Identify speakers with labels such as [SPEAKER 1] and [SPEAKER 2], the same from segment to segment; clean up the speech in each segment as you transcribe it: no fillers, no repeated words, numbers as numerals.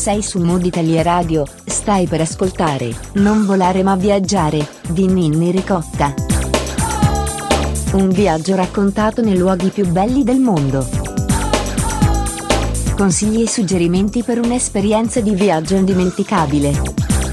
[SPEAKER 1] Sei su Mood Italia Radio, stai per ascoltare Non volare ma viaggiare, di Ninni Ricotta. Un viaggio raccontato nei luoghi più belli del mondo. Consigli e suggerimenti per un'esperienza di viaggio indimenticabile.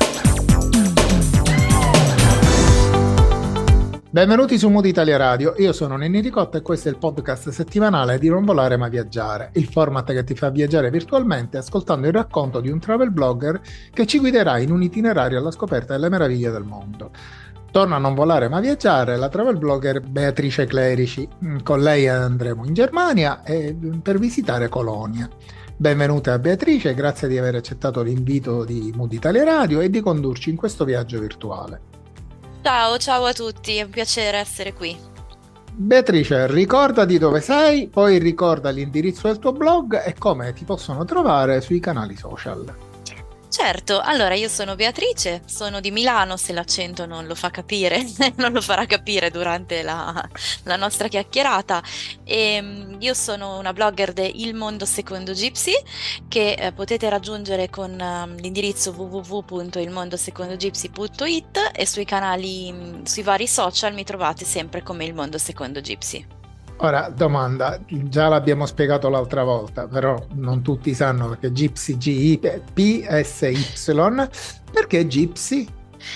[SPEAKER 2] Benvenuti su Mood Italia Radio, io sono Ninni Ricotta e questo è il podcast settimanale di Non volare ma viaggiare, il format che ti fa viaggiare virtualmente ascoltando il racconto di un travel blogger che ci guiderà in un itinerario alla scoperta delle meraviglie del mondo. Torna a Non volare ma viaggiare la travel blogger Beatrice Clerici. Con lei andremo in Germania per visitare Colonia. Benvenuta Beatrice, grazie di aver accettato l'invito di Mood Italia Radio e di condurci in questo viaggio virtuale.
[SPEAKER 3] Ciao a tutti, è un piacere essere qui.
[SPEAKER 2] Beatrice, ricordati dove sei, poi ricorda l'indirizzo del tuo blog e come ti possono trovare sui canali social.
[SPEAKER 3] Certo, allora io sono Beatrice, sono di Milano, se l'accento non lo fa capire, non lo farà capire durante la nostra chiacchierata. Io sono una blogger de Il Mondo Secondo Gypsy, che potete raggiungere con l'indirizzo www.ilmondosecondogypsy.it e sui canali, sui vari social mi trovate sempre come Il Mondo Secondo Gypsy.
[SPEAKER 2] Ora, domanda, già l'abbiamo spiegato l'altra volta, però non tutti sanno perché Gypsy, G-I-P-S-Y, perché Gypsy?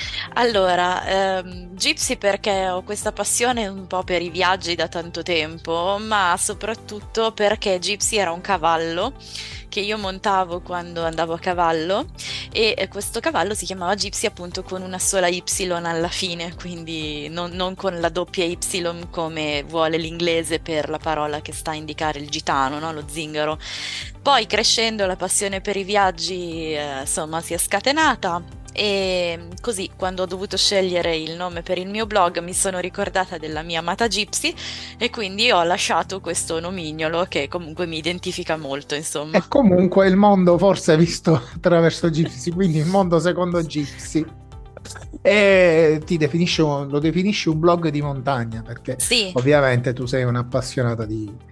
[SPEAKER 3] Allora, Gypsy perché ho questa passione un po' per i viaggi da tanto tempo, ma soprattutto perché Gypsy era un cavallo che io montavo quando andavo a cavallo e questo cavallo si chiamava Gypsy appunto con una sola Y alla fine, quindi non con la doppia Y come vuole l'inglese per la parola che sta a indicare il gitano, no? Lo zingaro. Poi crescendo la passione per i viaggi insomma si è scatenata. E così quando ho dovuto scegliere il nome per il mio blog mi sono ricordata della mia amata Gypsy e quindi ho lasciato questo nomignolo che comunque mi identifica molto, insomma.
[SPEAKER 2] E comunque il mondo forse è visto attraverso Gypsy, quindi il mondo secondo Gypsy. E lo definisci un blog di montagna perché
[SPEAKER 3] Sì.
[SPEAKER 2] Ovviamente tu sei un'appassionata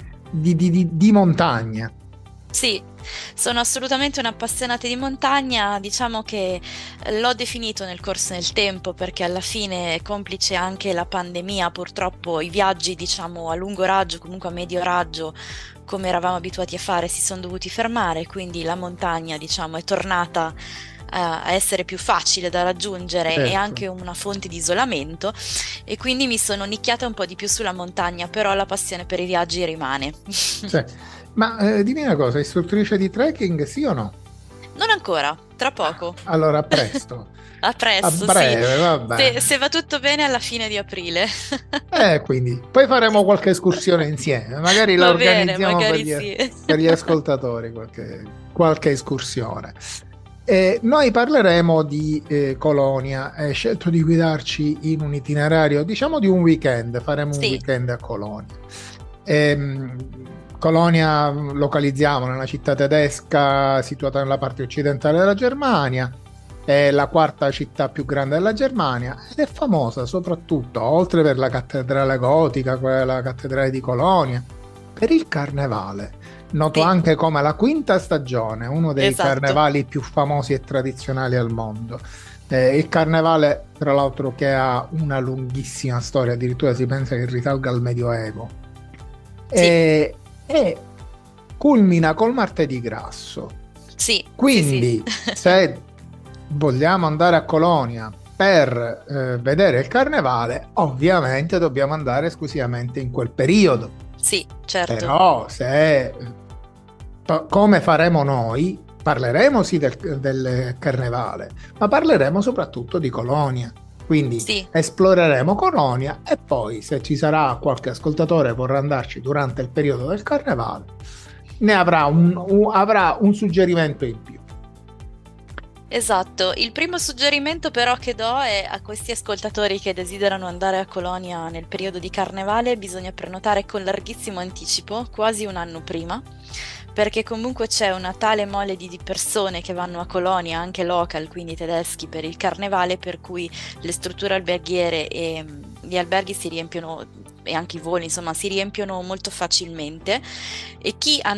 [SPEAKER 2] di montagna.
[SPEAKER 3] Sì, sono assolutamente un'appassionata di montagna, diciamo che l'ho definito nel corso del tempo perché alla fine, complice anche la pandemia, purtroppo i viaggi, diciamo, a lungo raggio, comunque a medio raggio, come eravamo abituati a fare, si sono dovuti fermare, quindi la montagna, diciamo, è tornata a essere più facile da raggiungere
[SPEAKER 2] Certo.
[SPEAKER 3] E anche una fonte di isolamento e quindi mi sono nicchiata un po' di più sulla montagna, però la passione per i viaggi rimane.
[SPEAKER 2] Sì. Ma dimmi una cosa, istruttrice di trekking sì o no?
[SPEAKER 3] Non ancora, tra poco.
[SPEAKER 2] Allora, a presto.
[SPEAKER 3] A presto,
[SPEAKER 2] A breve,
[SPEAKER 3] sì.
[SPEAKER 2] va bene.
[SPEAKER 3] Se va tutto bene alla fine di aprile.
[SPEAKER 2] Quindi poi faremo qualche escursione insieme, magari la
[SPEAKER 3] Va bene,
[SPEAKER 2] organizziamo
[SPEAKER 3] magari
[SPEAKER 2] per
[SPEAKER 3] sì.
[SPEAKER 2] gli ascoltatori, qualche escursione. Noi parleremo di Colonia, hai scelto di guidarci in un itinerario, diciamo di un weekend, faremo un
[SPEAKER 3] Sì.
[SPEAKER 2] weekend a Colonia. Colonia localizziamo nella città tedesca situata nella parte occidentale della Germania, è la quarta città più grande della Germania ed è famosa soprattutto, oltre per la cattedrale gotica, quella cattedrale di Colonia, per il carnevale, noto
[SPEAKER 3] Sì.
[SPEAKER 2] anche come la quinta stagione, uno dei
[SPEAKER 3] Esatto.
[SPEAKER 2] carnevali più famosi e tradizionali al mondo. Il carnevale, tra l'altro, che ha una lunghissima storia, addirittura si pensa che risalga al Medioevo.
[SPEAKER 3] Sì.
[SPEAKER 2] E culmina col martedì grasso.
[SPEAKER 3] Sì.
[SPEAKER 2] Quindi
[SPEAKER 3] sì.
[SPEAKER 2] se vogliamo andare a Colonia per vedere il carnevale, ovviamente dobbiamo andare esclusivamente in quel periodo.
[SPEAKER 3] Sì, certo.
[SPEAKER 2] Però come faremo noi, parleremo sì del carnevale, ma parleremo soprattutto di Colonia. Quindi
[SPEAKER 3] Sì.
[SPEAKER 2] esploreremo Colonia e poi se ci sarà qualche ascoltatore che vorrà andarci durante il periodo del carnevale, ne avrà un suggerimento in più.
[SPEAKER 3] Esatto, il primo suggerimento però che do è a questi ascoltatori che desiderano andare a Colonia nel periodo di carnevale, bisogna prenotare con larghissimo anticipo, quasi un anno prima, perché comunque c'è una tale mole di persone che vanno a Colonia, anche local, quindi tedeschi, per il carnevale, per cui le strutture alberghiere e gli alberghi si riempiono e anche i voli, insomma, si riempiono molto facilmente, e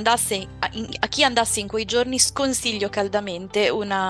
[SPEAKER 3] a chi andasse in quei giorni sconsiglio caldamente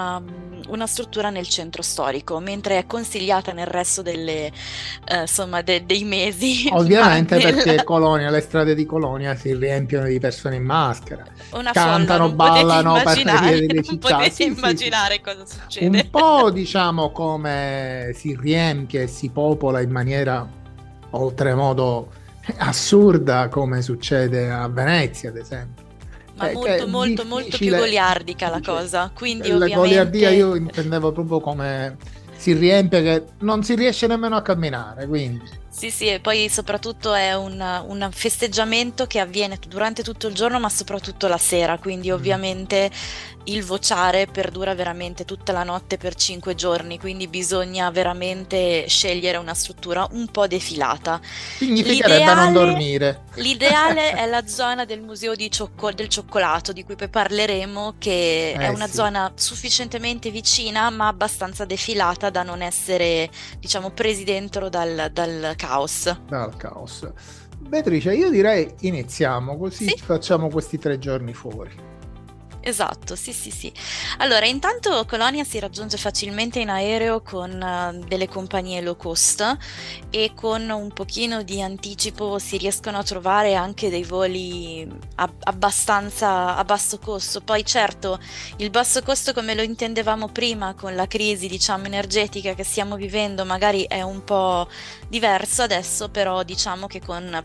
[SPEAKER 3] una struttura nel centro storico, mentre è consigliata nel resto insomma, dei mesi.
[SPEAKER 2] Ovviamente perché Colonia, le strade di Colonia si riempiono di persone in maschera,
[SPEAKER 3] Una folla,
[SPEAKER 2] cantano,
[SPEAKER 3] non potete
[SPEAKER 2] ballano per le vie
[SPEAKER 3] immaginare,
[SPEAKER 2] delle
[SPEAKER 3] non
[SPEAKER 2] città.
[SPEAKER 3] potete
[SPEAKER 2] Sì, sì, sì.
[SPEAKER 3] immaginare cosa succede.
[SPEAKER 2] Un po', diciamo, come si riempie e si popola in maniera oltremodo assurda, come succede a Venezia, ad esempio.
[SPEAKER 3] Ma
[SPEAKER 2] Che
[SPEAKER 3] molto,
[SPEAKER 2] è
[SPEAKER 3] molto, molto più
[SPEAKER 2] difficile.
[SPEAKER 3] goliardica la cosa, quindi
[SPEAKER 2] La goliardia io
[SPEAKER 3] ovviamente...
[SPEAKER 2] intendevo proprio come si riempie che non si riesce nemmeno a camminare, quindi
[SPEAKER 3] Sì, sì, e poi soprattutto è un festeggiamento che avviene durante tutto il giorno, ma soprattutto la sera, quindi ovviamente il vociare perdura veramente tutta la notte per 5 giorni, quindi bisogna veramente scegliere una struttura un po' defilata.
[SPEAKER 2] significherebbe non dormire.
[SPEAKER 3] L'ideale è la zona del museo del cioccolato, di cui poi parleremo, che è una
[SPEAKER 2] Sì,
[SPEAKER 3] zona sufficientemente vicina, ma abbastanza defilata da non essere, diciamo, presi dentro dal caos.
[SPEAKER 2] dal caos. Beatrice, io direi iniziamo, così
[SPEAKER 3] Sì,
[SPEAKER 2] facciamo questi 3 giorni fuori.
[SPEAKER 3] esatto, sì, sì, sì. Allora, intanto Colonia si raggiunge facilmente in aereo con delle compagnie low cost, e con un pochino di anticipo si riescono a trovare anche dei voli abbastanza a basso costo. Poi certo, il basso costo come lo intendevamo prima con la crisi, diciamo, energetica che stiamo vivendo, magari è un po' diverso adesso, però diciamo che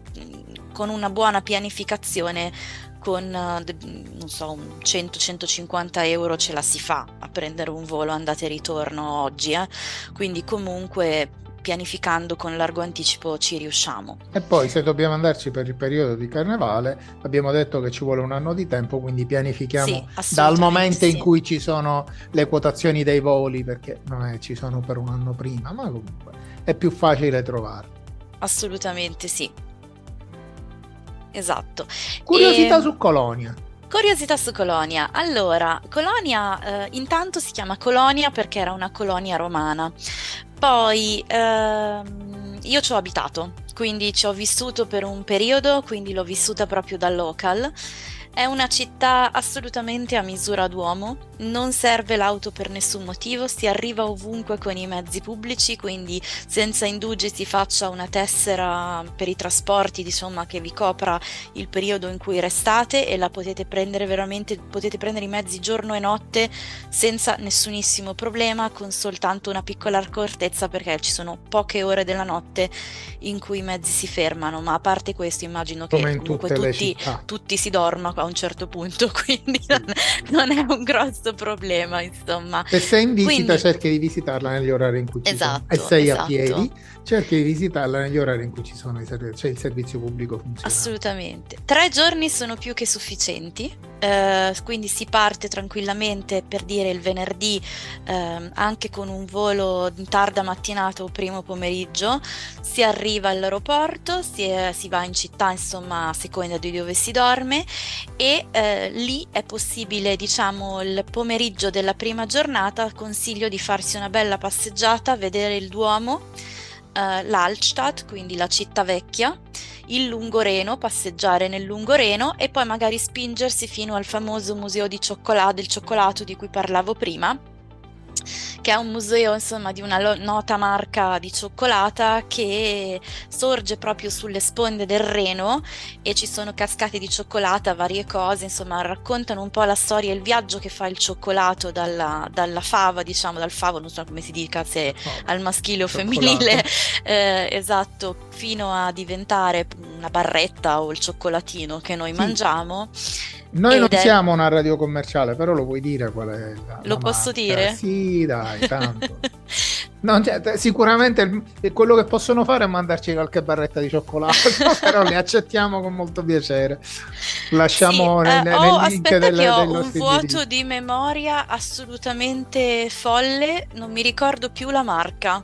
[SPEAKER 3] con una buona pianificazione, con non so, un 100-150 euro ce la si fa a prendere un volo andata e ritorno oggi, quindi comunque pianificando con largo anticipo ci riusciamo.
[SPEAKER 2] E poi se dobbiamo andarci per il periodo di carnevale, abbiamo detto che ci vuole un anno di tempo, quindi
[SPEAKER 3] Sì,
[SPEAKER 2] pianifichiamo dal
[SPEAKER 3] assolutamente
[SPEAKER 2] momento in
[SPEAKER 3] sì.
[SPEAKER 2] cui ci sono le quotazioni dei voli, perché non è ci sono per un anno prima, ma comunque è più facile trovare.
[SPEAKER 3] Assolutamente sì. Esatto.
[SPEAKER 2] Curiosità
[SPEAKER 3] E
[SPEAKER 2] su Colonia.
[SPEAKER 3] curiosità su Colonia. Allora, Colonia intanto si chiama Colonia perché era una colonia romana. Poi io ci ho abitato, quindi ci ho vissuto per un periodo, quindi l'ho vissuta proprio da local. È una città assolutamente a misura d'uomo, non serve l'auto per nessun motivo, si arriva ovunque con i mezzi pubblici, quindi senza indugi si faccia una tessera per i trasporti, insomma, che vi copra il periodo in cui restate, e la potete prendere veramente, potete prendere i mezzi giorno e notte senza nessunissimo problema, con soltanto una piccola accortezza, perché ci sono poche ore della notte in cui i mezzi si fermano, ma a parte questo immagino
[SPEAKER 2] Come
[SPEAKER 3] che
[SPEAKER 2] in
[SPEAKER 3] comunque
[SPEAKER 2] tutte le città.
[SPEAKER 3] tutti si dorma a un certo punto, quindi non è un grosso problema, insomma.
[SPEAKER 2] Se sei in visita,
[SPEAKER 3] Quindi,
[SPEAKER 2] cerchi di visitarla negli orari in cui ci sono. E
[SPEAKER 3] esatto,
[SPEAKER 2] sei a
[SPEAKER 3] esatto.
[SPEAKER 2] piedi, cerchi di visitarla negli orari in cui ci sono c'è il servizio pubblico funzionale.
[SPEAKER 3] Assolutamente. 3 giorni sono più che sufficienti, quindi si parte tranquillamente, per dire, il venerdì, anche con un volo in tarda mattinata o primo pomeriggio, si arriva all'aeroporto, si va in città, insomma, a seconda di dove si dorme, e lì è possibile, diciamo, il pomeriggio della prima giornata consiglio di farsi una bella passeggiata, vedere il Duomo, l'Altstadt, quindi la città vecchia, il Lungoreno, passeggiare nel Lungoreno, e poi magari spingersi fino al famoso museo del cioccolato di cui parlavo prima, che è un museo, insomma, di una nota marca di cioccolata che sorge proprio sulle sponde del Reno, e ci sono cascate di cioccolata, varie cose, insomma, raccontano un po' la storia e il viaggio che fa il cioccolato dalla fava, diciamo, dal favo, non so come si dica, se al maschile o femminile, esatto, fino a diventare una barretta o il cioccolatino che noi mangiamo.
[SPEAKER 2] Noi non siamo una radio commerciale, però lo vuoi dire qual è
[SPEAKER 3] Lo posso dire?
[SPEAKER 2] Sì, dai, tanto. No, sicuramente quello che possono fare è mandarci qualche barretta di cioccolato, però le accettiamo con molto piacere. Lasciamo nel link
[SPEAKER 3] aspetta che ho
[SPEAKER 2] dello
[SPEAKER 3] un vuoto di memoria assolutamente folle, non mi ricordo più la marca.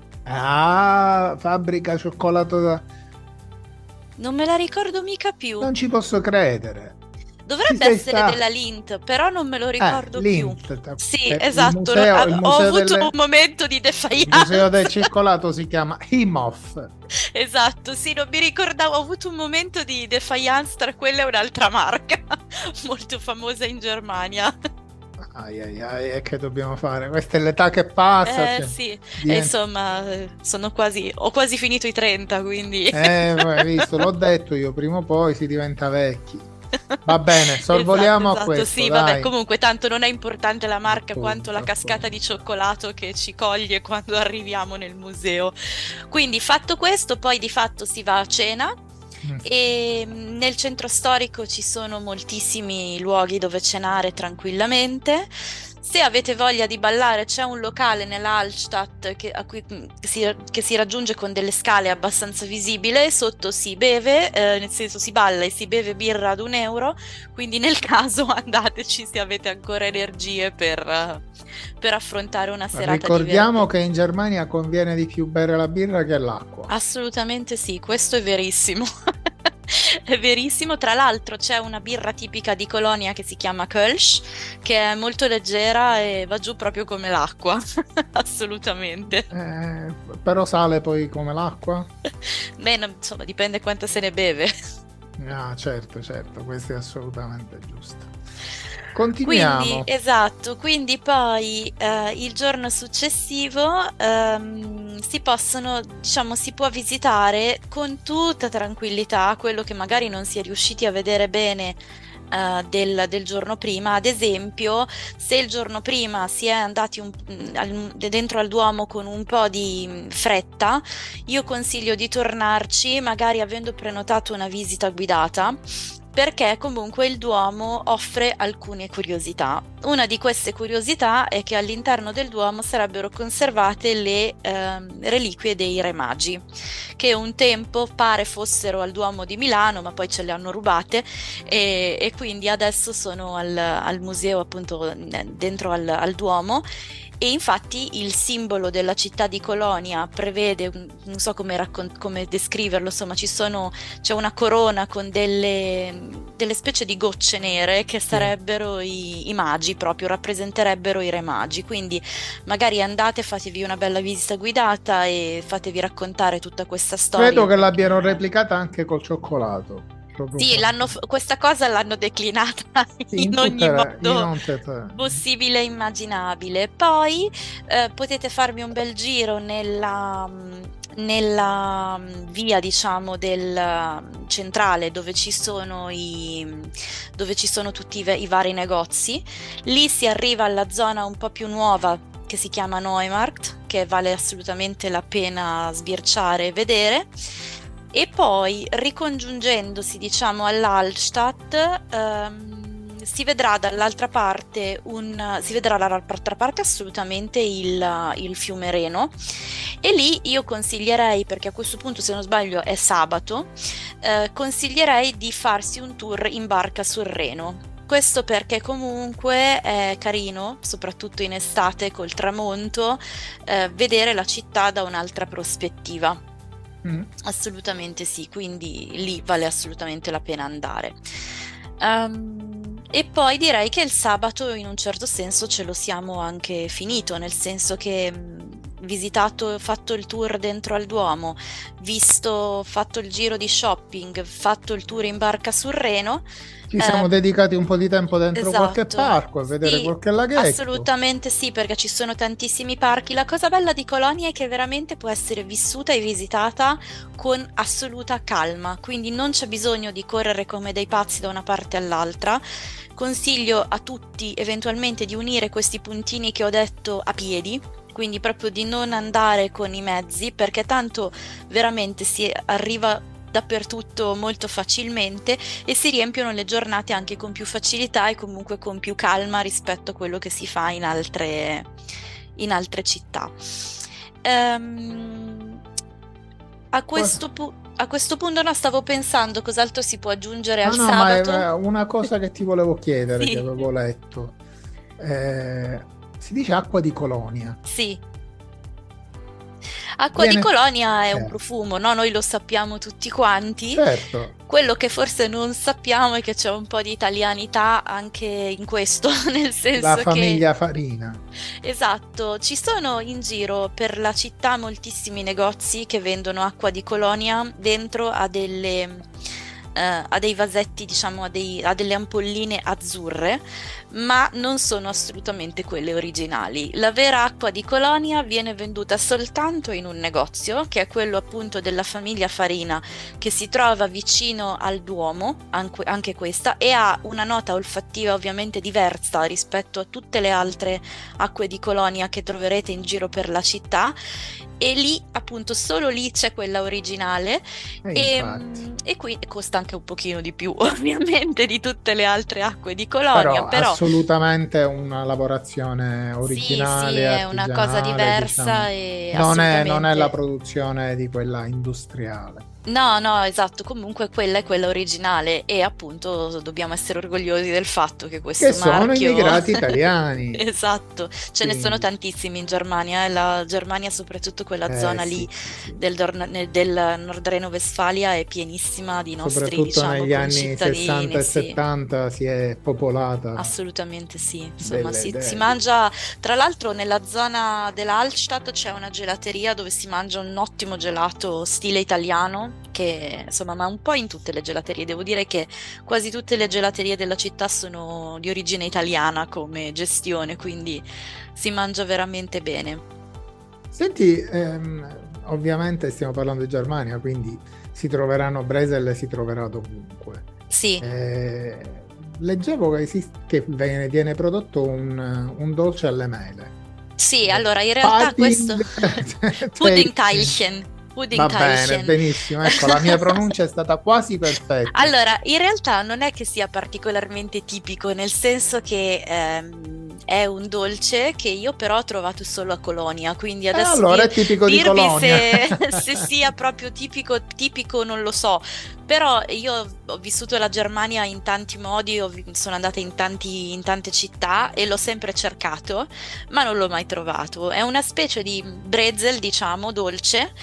[SPEAKER 2] Ah, fabbrica cioccolato
[SPEAKER 3] Non me la ricordo mica più.
[SPEAKER 2] Non ci posso credere. Ci
[SPEAKER 3] Dovrebbe
[SPEAKER 2] sei
[SPEAKER 3] essere
[SPEAKER 2] sta?
[SPEAKER 3] della Lint, però non me lo ricordo più.
[SPEAKER 2] L'Int,
[SPEAKER 3] Sì,
[SPEAKER 2] il
[SPEAKER 3] esatto,
[SPEAKER 2] museo, il
[SPEAKER 3] ho
[SPEAKER 2] museo
[SPEAKER 3] avuto un
[SPEAKER 2] delle-
[SPEAKER 3] momento di
[SPEAKER 2] il museo del
[SPEAKER 3] defiance.
[SPEAKER 2] cioccolato si chiama IMOF.
[SPEAKER 3] Esatto, sì, non mi ricordavo, ho avuto un momento di defiance tra quella e un'altra marca molto famosa in Germania.
[SPEAKER 2] Ai ai ai, e che dobbiamo fare? Questa è l'età che passa, cioè,
[SPEAKER 3] Sì, e
[SPEAKER 2] diventa...
[SPEAKER 3] insomma, ho quasi finito i 30, quindi...
[SPEAKER 2] Hai visto, l'ho detto io, prima o poi si diventa vecchi. Va bene,
[SPEAKER 3] Esatto,
[SPEAKER 2] sorvoliamo a
[SPEAKER 3] esatto,
[SPEAKER 2] questo,
[SPEAKER 3] sì, vabbè,
[SPEAKER 2] dai.
[SPEAKER 3] comunque tanto non è importante la marca quanto
[SPEAKER 2] Appunto,
[SPEAKER 3] la cascata
[SPEAKER 2] appunto.
[SPEAKER 3] di cioccolato che ci coglie quando arriviamo nel museo. Quindi fatto questo, poi di fatto si va a cena
[SPEAKER 2] Mm.
[SPEAKER 3] e nel centro storico ci sono moltissimi luoghi dove cenare tranquillamente. Se avete voglia di ballare, c'è un locale nella Altstadt che si raggiunge con delle scale abbastanza visibile. Sotto si beve, nel senso si balla e si beve birra ad 1 euro. Quindi nel caso andateci se avete ancora energie per affrontare una serata
[SPEAKER 2] Ricordiamo
[SPEAKER 3] divertente.
[SPEAKER 2] che in Germania conviene di più bere la birra che l'acqua.
[SPEAKER 3] Assolutamente sì, questo è verissimo. È verissimo. Tra l'altro c'è una birra tipica di Colonia che si chiama Kölsch, che è molto leggera e va giù proprio come l'acqua. Assolutamente.
[SPEAKER 2] Però sale poi come l'acqua?
[SPEAKER 3] Beh, insomma, dipende quanto se ne beve.
[SPEAKER 2] Ah, certo, certo, questo è assolutamente giusto.
[SPEAKER 3] Quindi,
[SPEAKER 2] Continuiamo.
[SPEAKER 3] esatto, quindi poi il giorno successivo diciamo, si può visitare con tutta tranquillità quello che magari non si è riusciti a vedere bene del giorno prima. Ad esempio, se il giorno prima si è andati dentro al Duomo con un po' di fretta, io consiglio di tornarci magari avendo prenotato una visita guidata, perché comunque il Duomo offre alcune curiosità. Una di queste curiosità è che all'interno del Duomo sarebbero conservate le reliquie dei Re Magi, che un tempo pare fossero al Duomo di Milano, ma poi ce le hanno rubate e quindi adesso sono al museo, appunto, dentro al Duomo. E infatti il simbolo della città di Colonia prevede, non so come descriverlo, insomma, c'è una corona con delle specie di gocce nere che
[SPEAKER 2] Sì.
[SPEAKER 3] sarebbero i magi, proprio rappresenterebbero i re magi. Quindi magari andate, fatevi una bella visita guidata e fatevi raccontare tutta questa
[SPEAKER 2] Credo
[SPEAKER 3] storia,
[SPEAKER 2] che l'abbiano
[SPEAKER 3] perché
[SPEAKER 2] replicata anche col cioccolato. Proprio
[SPEAKER 3] sì, questa cosa l'hanno declinata
[SPEAKER 2] sì,
[SPEAKER 3] in ogni
[SPEAKER 2] in
[SPEAKER 3] modo
[SPEAKER 2] onte-
[SPEAKER 3] possibile e immaginabile. Poi potete farvi un bel giro nella via, diciamo, del centrale dove ci sono tutti i vari negozi. Lì si arriva alla zona un po' più nuova che si chiama Neumarkt, che vale assolutamente la pena sbirciare e vedere. E poi ricongiungendosi, diciamo, all'Alstadt, si vedrà dall'altra parte assolutamente il fiume Reno, e lì io consiglierei, perché a questo punto se non sbaglio è sabato, consiglierei di farsi un tour in barca sul Reno. Questo perché comunque è carino, soprattutto in estate col tramonto, vedere la città da un'altra prospettiva.
[SPEAKER 2] Mm.
[SPEAKER 3] Assolutamente sì, quindi lì vale assolutamente la pena andare. E poi direi che il sabato in un certo senso ce lo siamo anche finito, nel senso che fatto il tour dentro al Duomo, fatto il giro di shopping, fatto il tour in barca sul Reno.
[SPEAKER 2] Ci siamo dedicati un po' di tempo dentro qualche
[SPEAKER 3] Esatto,
[SPEAKER 2] parco a vedere
[SPEAKER 3] sì,
[SPEAKER 2] qualche laghetto.
[SPEAKER 3] assolutamente sì, perché ci sono tantissimi parchi. La cosa bella di Colonia è che veramente può essere vissuta e visitata con assoluta calma, quindi non c'è bisogno di correre come dei pazzi da una parte all'altra. Consiglio a tutti eventualmente di unire questi puntini che ho detto a piedi, quindi proprio di non andare con i mezzi, perché tanto veramente si arriva dappertutto molto facilmente e si riempiono le giornate anche con più facilità e comunque con più calma rispetto a quello che si fa in altre città. A questo punto no, stavo pensando cos'altro si può aggiungere
[SPEAKER 2] No,
[SPEAKER 3] al
[SPEAKER 2] no, ma
[SPEAKER 3] sabato.
[SPEAKER 2] è una cosa che ti volevo chiedere, che
[SPEAKER 3] Sì,
[SPEAKER 2] avevo letto. Si dice acqua di Colonia.
[SPEAKER 3] sì. Acqua di
[SPEAKER 2] Viene...
[SPEAKER 3] colonia è un
[SPEAKER 2] eh,
[SPEAKER 3] profumo, no? Noi lo sappiamo tutti quanti.
[SPEAKER 2] certo,
[SPEAKER 3] Quello che forse non sappiamo è che c'è un po' di italianità anche in questo, nel
[SPEAKER 2] la
[SPEAKER 3] senso che,
[SPEAKER 2] famiglia Farina.
[SPEAKER 3] esatto, ci sono in giro per la città moltissimi negozi che vendono acqua di colonia dentro a dei vasetti, diciamo, a delle ampolline azzurre, ma non sono assolutamente quelle originali. La vera acqua di colonia viene venduta soltanto in un negozio, che è quello appunto della famiglia Farina, che si trova vicino al Duomo, anche questa, e ha una nota olfattiva ovviamente diversa rispetto a tutte le altre acque di colonia che troverete in giro per la città. E lì, appunto, solo lì c'è quella originale
[SPEAKER 2] Infatti.
[SPEAKER 3] e qui costa anche un pochino di più, ovviamente, di tutte le altre acque di colonia,
[SPEAKER 2] Però
[SPEAKER 3] però
[SPEAKER 2] assolutamente una lavorazione
[SPEAKER 3] sì, sì,
[SPEAKER 2] originale,
[SPEAKER 3] è una cosa
[SPEAKER 2] artigianale,
[SPEAKER 3] diversa
[SPEAKER 2] diciamo.
[SPEAKER 3] e
[SPEAKER 2] Non è la
[SPEAKER 3] assolutamente.
[SPEAKER 2] produzione di quella industriale.
[SPEAKER 3] No, no, esatto, comunque quella è quella originale e appunto dobbiamo essere orgogliosi del fatto che
[SPEAKER 2] Che
[SPEAKER 3] questo
[SPEAKER 2] sono
[SPEAKER 3] marchio,
[SPEAKER 2] immigrati italiani.
[SPEAKER 3] esatto, ce ne sono
[SPEAKER 2] Quindi,
[SPEAKER 3] tantissimi in Germania, la Germania, soprattutto quella zona lì
[SPEAKER 2] sì, sì.
[SPEAKER 3] del Nord Reno-Westfalia, è pienissima di nostri,
[SPEAKER 2] Soprattutto
[SPEAKER 3] diciamo,
[SPEAKER 2] negli anni 60
[SPEAKER 3] concittadini,
[SPEAKER 2] e
[SPEAKER 3] sì.
[SPEAKER 2] 70 si è popolata
[SPEAKER 3] Assolutamente sì, insomma
[SPEAKER 2] delle,
[SPEAKER 3] si
[SPEAKER 2] de-
[SPEAKER 3] mangia, tra l'altro nella zona della Altstadt c'è una gelateria dove si mangia un ottimo gelato stile italiano, che insomma, ma un po' in tutte le gelaterie, devo dire che quasi tutte le gelaterie della città sono di origine italiana come gestione, quindi si mangia veramente bene.
[SPEAKER 2] Senti, ovviamente stiamo parlando di Germania, quindi si troveranno Bresel, si troverà dovunque.
[SPEAKER 3] Sì,
[SPEAKER 2] Eh, leggevo che viene prodotto un dolce alle mele.
[SPEAKER 3] sì, allora in realtà questo
[SPEAKER 2] Pudding tasting.
[SPEAKER 3] Puddingteilchen,
[SPEAKER 2] Va bene,
[SPEAKER 3] Puddingteilchen.
[SPEAKER 2] benissimo. Ecco, la mia pronuncia è stata quasi perfetta.
[SPEAKER 3] Allora, in realtà non è che sia particolarmente tipico, nel senso che è un dolce che io però ho trovato solo a Colonia, quindi adesso
[SPEAKER 2] Allora è tipico di
[SPEAKER 3] dirvi
[SPEAKER 2] Colonia.
[SPEAKER 3] se sia proprio tipico, tipico non lo so, però io ho vissuto la Germania in tanti modi, sono andata in tante città e l'ho sempre cercato, ma non l'ho mai trovato. È una specie di brezel, diciamo, dolce.